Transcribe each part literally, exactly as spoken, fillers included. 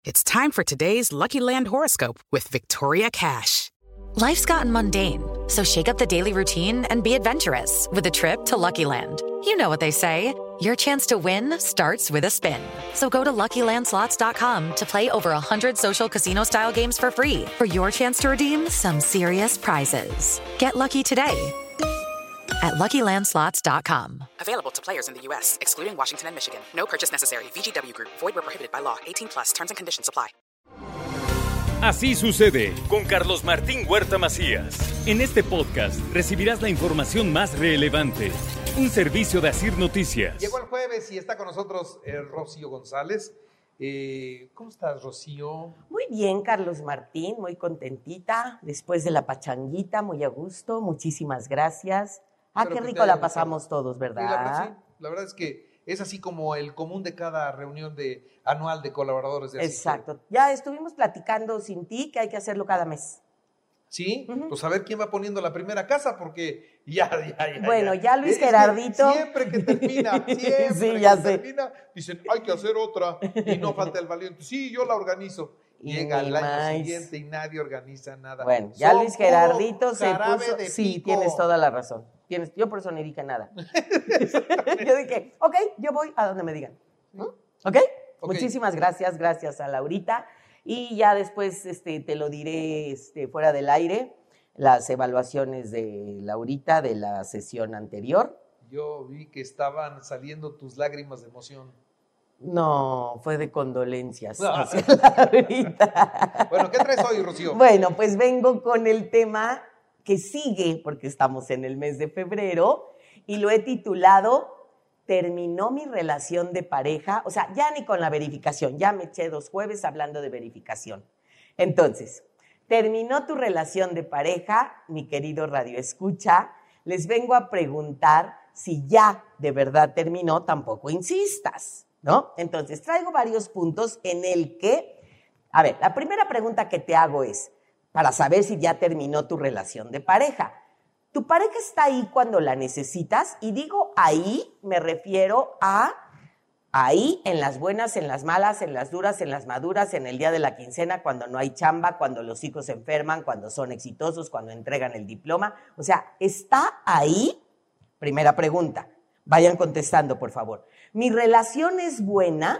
It's time for today's Lucky Land horoscope with Victoria Cash. Life's gotten mundane, so shake up the daily routine and be adventurous with a trip to Lucky Land. You know what they say, your chance to win starts with a spin. So go to Lucky Land Slots dot com to play over one hundred social casino-style games for free for your chance to redeem some serious prizes. Get lucky today at Lucky Land Slots dot com. Available to players in the U S, excluding Washington and Michigan. No purchase necessary. V G W Group. Void where prohibited by law. eighteen plus. Terms and conditions apply. Así sucede con Carlos Martín Huerta Macías. En este podcast recibirás la información más relevante. Un servicio de Asir Noticias. Llegó el jueves y está con nosotros eh, Rocío González. Eh, ¿Cómo estás, Rocío? Muy bien, Carlos Martín, muy contentita. Después de la pachanguita, muy a gusto. Muchísimas gracias. Ah, Espero qué que rico te haya la pasamos gustado. todos, ¿verdad? Sí, la, verdad, sí. La verdad es que es así como el común de cada reunión de, anual de colaboradores de Asir. Exacto. Ya estuvimos platicando sin ti que hay que hacerlo cada mes. Sí, Uh-huh. pues a ver quién va poniendo la primera casa, porque ya, ya, ya. Bueno, ya Luis Es que Gerardito. Siempre que termina, siempre Sí, ya que sé. termina, dicen, hay que hacer otra, y no falta el valiente. Sí, yo la organizo. Y Llega ni el año más. siguiente y nadie organiza nada. Bueno, ya Son Luis Gerardito puro se jarabe puso. de Sí, pico. tienes toda la razón. Tienes, yo por eso ni dije nada. Yo dije, ok, yo voy a donde me digan. ¿no? ¿Ok? Ok. Muchísimas gracias, gracias a Laurita. Y ya después este, te lo diré este, fuera del aire, las evaluaciones de Laurita de la sesión anterior. Yo vi que estaban saliendo tus lágrimas de emoción. No, fue de condolencias No. hacia Laurita. Bueno, ¿qué traes hoy, Rocío? Bueno, pues vengo con el tema que sigue, porque estamos en el mes de febrero, y lo he titulado ¿Terminó mi relación de pareja? O sea, ya ni con la verificación, ya me eché dos jueves hablando de verificación. Entonces, ¿terminó tu relación de pareja, mi querido Radio Escucha? Les vengo a preguntar si ya de verdad terminó, tampoco insistas, ¿no? Entonces, traigo varios puntos en el que, a ver, la primera pregunta que te hago es, para saber si ya terminó tu relación de pareja, ¿tu pareja está ahí cuando la necesitas? Y digo ahí, me refiero a ahí, en las buenas, en las malas, en las duras, en las maduras, en el día de la quincena, cuando no hay chamba, cuando los hijos se enferman, cuando son exitosos, cuando entregan el diploma. O sea, ¿está ahí? Primera pregunta. Vayan contestando, por favor. ¿Mi relación es buena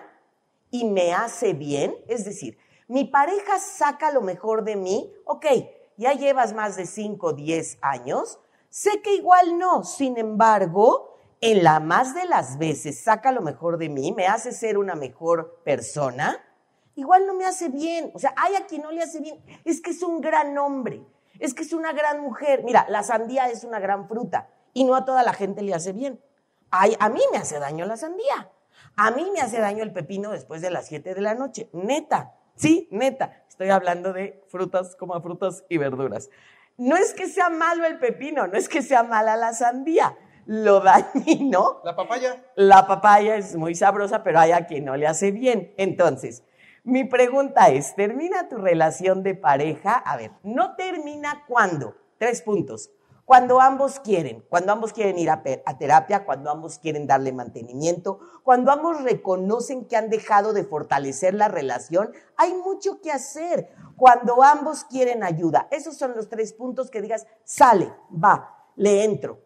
y me hace bien? Es decir, ¿mi pareja saca lo mejor de mí? Ok, ya llevas más de cinco, diez años. Sé que igual no, sin embargo, en la más de las veces saca lo mejor de mí, me hace ser una mejor persona. Igual no me hace bien. O sea, hay a quien no le hace bien. Es que es un gran hombre, es que es una gran mujer. Mira, la sandía es una gran fruta y no a toda la gente le hace bien. Ay, a mí me hace daño la sandía. A mí me hace daño el pepino después de las siete de la noche. Neta, sí, neta. Estoy hablando de frutas como frutas y verduras. No es que sea malo el pepino, no es que sea mala la sandía. Lo dañino. ¿La papaya? La papaya es muy sabrosa, pero hay a quien no le hace bien. Entonces, mi pregunta es, ¿termina tu relación de pareja? A ver, ¿no termina cuándo? Tres puntos. Cuando ambos quieren, cuando ambos quieren ir a, a terapia, cuando ambos quieren darle mantenimiento, cuando ambos reconocen que han dejado de fortalecer la relación, hay mucho que hacer. Cuando ambos quieren ayuda, esos son los tres puntos que digas, sale, va, le entro.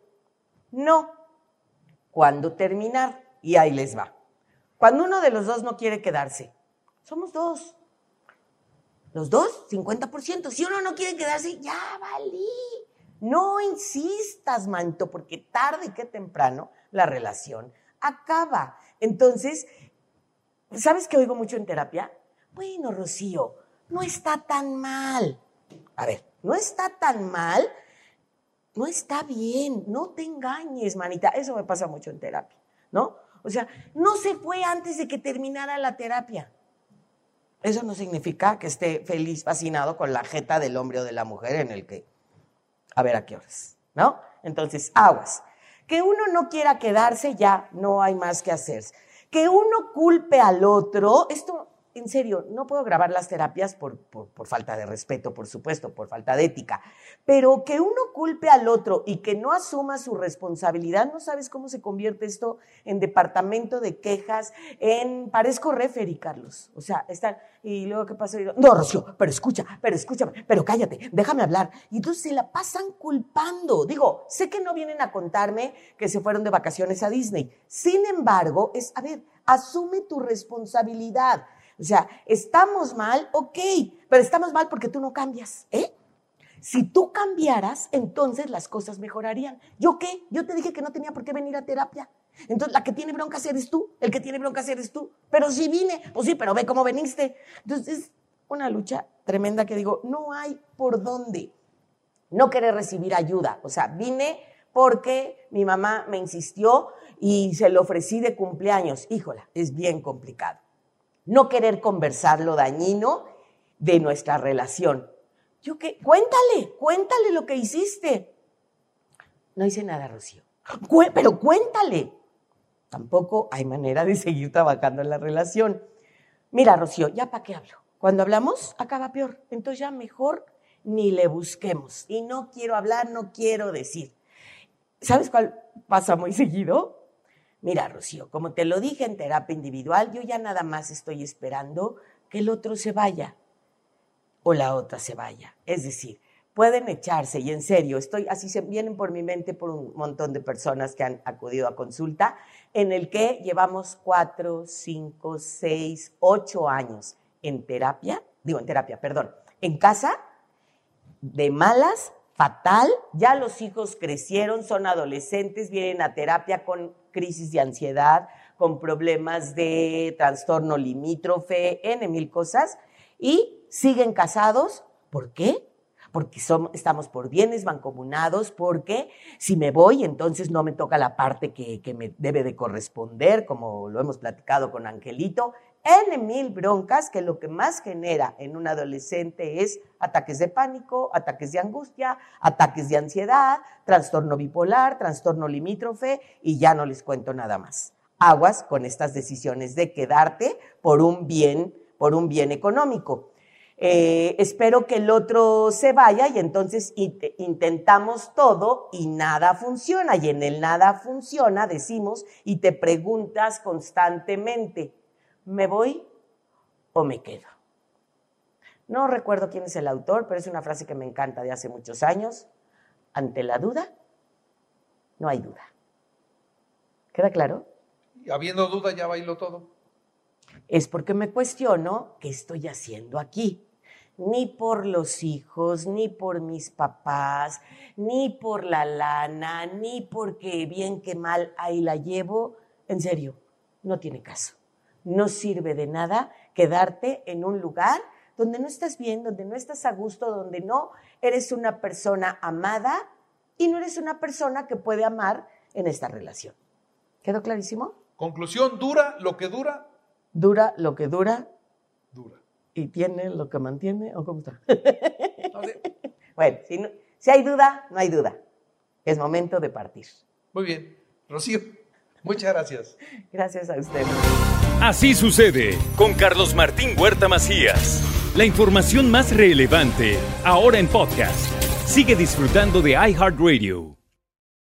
No. ¿Cuándo terminar? Y ahí les va. Cuando uno de los dos no quiere quedarse, somos dos. Los dos, cincuenta por ciento. Si uno no quiere quedarse, ya valí. No insistas, manito, porque tarde que temprano la relación acaba. Entonces, ¿sabes qué oigo mucho en terapia? Bueno, Rocío, no está tan mal. A ver, no está tan mal, no está bien, no te engañes, manita. Eso me pasa mucho en terapia, ¿no? O sea, no se fue antes de que terminara la terapia. Eso no significa que esté feliz, fascinado con la jeta del hombre o de la mujer en el que... A ver a qué horas, ¿no? Entonces, aguas. Que uno no quiera quedarse, ya no hay más que hacer. Que uno culpe al otro, esto en serio, no puedo grabar las terapias por, por, por falta de respeto, por supuesto, por falta de ética, pero que uno culpe al otro y que no asuma su responsabilidad, no sabes cómo se convierte esto en departamento de quejas, en, parezco referee, Carlos, o sea, están, y luego ¿qué pasa? No, Rocío, pero escucha, pero escúchame, pero cállate, déjame hablar, y entonces se la pasan culpando, digo, sé que no vienen a contarme que se fueron de vacaciones a Disney, sin embargo, es, a ver, asume tu responsabilidad. O sea, estamos mal, ok, pero estamos mal porque tú no cambias, ¿eh? Si tú cambiaras, entonces las cosas mejorarían. ¿Yo qué? Yo te dije que no tenía por qué venir a terapia. Entonces, la que tiene broncas eres tú, el que tiene broncas eres tú. Pero sí vine, pues sí, pero ve cómo veniste. Entonces, es una lucha tremenda que digo, no hay por dónde. No querer recibir ayuda. O sea, vine porque mi mamá me insistió y se lo ofrecí de cumpleaños. Híjola, es bien complicado. No querer conversar lo dañino de nuestra relación. ¿Yo qué? Cuéntale, cuéntale lo que hiciste. No hice nada, Rocío. Cu- pero cuéntale. Tampoco hay manera de seguir trabajando en la relación. Mira, Rocío, ¿ya para qué hablo? Cuando hablamos, acaba peor. Entonces ya mejor ni le busquemos. Y no quiero hablar, no quiero decir. ¿Sabes cuál pasa muy seguido? Mira, Rocío, como te lo dije en terapia individual, yo ya nada más estoy esperando que el otro se vaya o la otra se vaya. Es decir, pueden echarse, y en serio, estoy así se vienen por mi mente por un montón de personas que han acudido a consulta, en el que llevamos cuatro, cinco, seis, ocho años en terapia, digo en terapia, perdón, en casa, de malas, fatal, ya los hijos crecieron, son adolescentes, vienen a terapia con crisis de ansiedad, con problemas de trastorno limítrofe, N mil cosas, y siguen casados. ¿Por qué? Porque somos, estamos por bienes mancomunados, porque si me voy, entonces no me toca la parte que, que me debe de corresponder, como lo hemos platicado con Angelito, N mil broncas que lo que más genera en un adolescente es ataques de pánico, ataques de angustia, ataques de ansiedad, trastorno bipolar, trastorno limítrofe, y ya no les cuento nada más. Aguas con estas decisiones de quedarte por un bien, por un bien económico. Eh, espero que el otro se vaya y entonces int- intentamos todo y nada funciona. Y en el nada funciona, decimos, y te preguntas constantemente, ¿me voy o me quedo? No recuerdo quién es el autor, pero es una frase que me encanta de hace muchos años. Ante la duda, no hay duda. ¿Queda claro? Habiendo duda, ya bailó todo. Es porque me cuestiono qué estoy haciendo aquí. Ni por los hijos, ni por mis papás, ni por la lana, ni porque bien que mal ahí la llevo. En serio, no tiene caso. No sirve de nada quedarte en un lugar donde no estás bien, donde no estás a gusto, donde no eres una persona amada y no eres una persona que puede amar en esta relación. ¿Quedó clarísimo? Conclusión, dura lo que dura. Dura lo que dura. Dura. ¿Y tiene lo que mantiene? ¿O cómo está? No sé. Bueno, si, no, si hay duda, no hay duda. Es momento de partir. Muy bien. Rocío, muchas gracias. Gracias a usted. Así sucede con Carlos Martín Huerta Macías. La información más relevante, ahora en podcast. Sigue disfrutando de iHeartRadio.